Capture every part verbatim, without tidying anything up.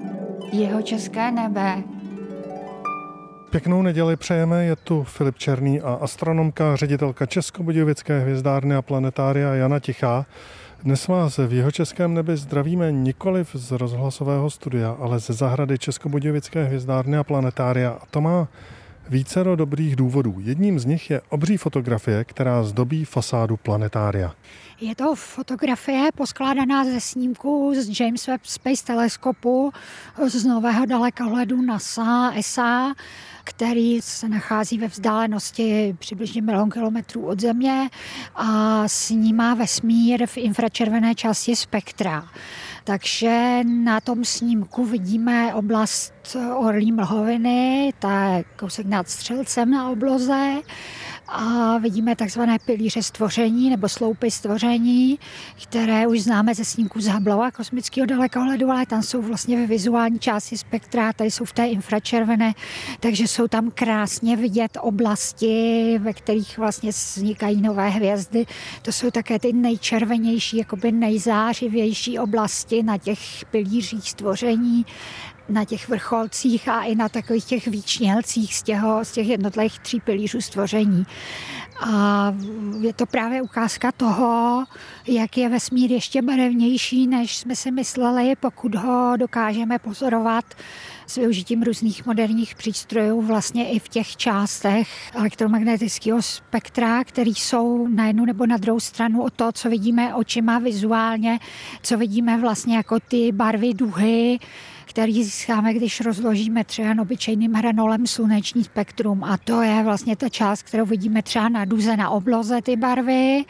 Jihočeské nebe. Pěknou neděli přejeme, je tu Filip Černý a astronomka, ředitelka Českobudějovické hvězdárny a planetária Jana Tichá. Dnes vás v Jihočeském nebi zdravíme nikoliv z rozhlasového studia, ale ze zahrady Českobudějovické hvězdárny a planetária. A to má vícero dobrých důvodů. Jedním z nich je obří fotografie, která zdobí fasádu planetária. Je to fotografie poskládaná ze snímků z James Webb Space Teleskopu z nového dalekohledu NASA, E S A, který se nachází ve vzdálenosti přibližně milion kilometrů od Země a snímá vesmír v infračervené části spektra. Takže na tom snímku vidíme oblast orlí mlhoviny, ta je kousek nad střelcem na obloze, a vidíme takzvané pilíře stvoření nebo sloupy stvoření, které už známe ze snímků z Hubbleova kosmického dalekohledu, ale tam jsou vlastně ve vizuální části spektra, tady jsou v té infračervené, takže jsou tam krásně vidět oblasti, ve kterých vlastně vznikají nové hvězdy. To jsou také ty nejčervenější, jakoby nejzářivější oblasti na těch pilířích stvoření, na těch vrcholcích a i na takových těch výčnělcích z, těho, z těch jednotlivých tří pilířů stvoření. A je to právě ukázka toho, jak je vesmír ještě barevnější, než jsme si mysleli, pokud ho dokážeme pozorovat s využitím různých moderních přístrojů vlastně i v těch částech elektromagnetického spektra, které jsou na jednu nebo na druhou stranu od toho, co vidíme očima vizuálně, co vidíme vlastně jako ty barvy duhy, který získáme, když rozložíme třeba obyčejným hranolem sluneční spektrum. A to je vlastně ta část, kterou vidíme třeba na duze, na obloze ty barvy.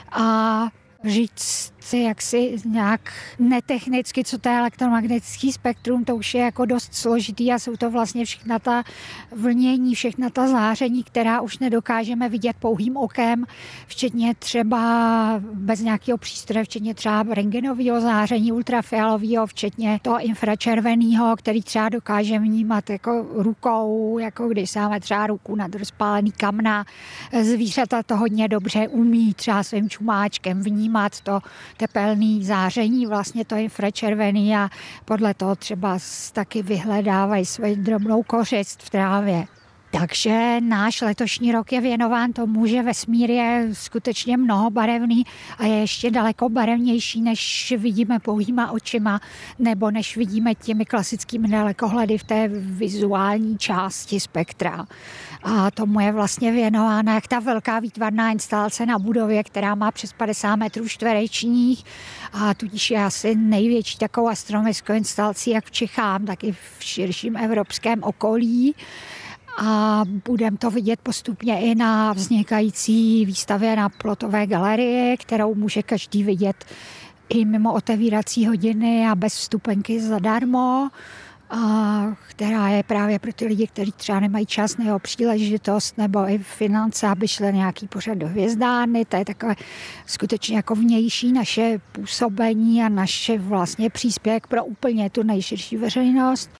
A říct si jaksi nějak netechnicky, co to je elektromagnetický spektrum, to už je jako dost složitý a jsou to vlastně všechna ta vlnění, všechna ta záření, která už nedokážeme vidět pouhým okem, včetně třeba bez nějakého přístroje, včetně třeba rentgenového záření, ultrafialového, včetně toho infračerveného, který třeba dokážeme vnímat jako rukou, jako když máme třeba ruku nad rozpálený kamna. Zvířata to hodně dobře umí třeba svým čumáčkem vnímat to tepelný záření, vlastně to infračervený, a podle toho třeba taky vyhledávají svoji drobnou kořist v trávě. Takže náš letošní rok je věnován tomu, že vesmír je skutečně mnohobarevný a je ještě daleko barevnější, než vidíme pouhýma očima nebo než vidíme těmi klasickými dalekohledy v té vizuální části spektra. A tomu je vlastně věnována jak ta velká výtvarná instalace na budově, která má přes padesát metrů čtverečních a tudíž je asi největší takovou astronomickou instalací jak v Čechách, tak i v širším evropském okolí. A budeme to vidět postupně i na vznikající výstavě na Plotové galerii, kterou může každý vidět i mimo otevírací hodiny a bez vstupenky zadarmo, a která je právě pro ty lidi, kteří třeba nemají čas nebo příležitost nebo i finance, aby šli nějaký pořad do hvězdárny. To je takové skutečně jako vnější naše působení a naše vlastně příspěvek pro úplně tu nejširší veřejnost.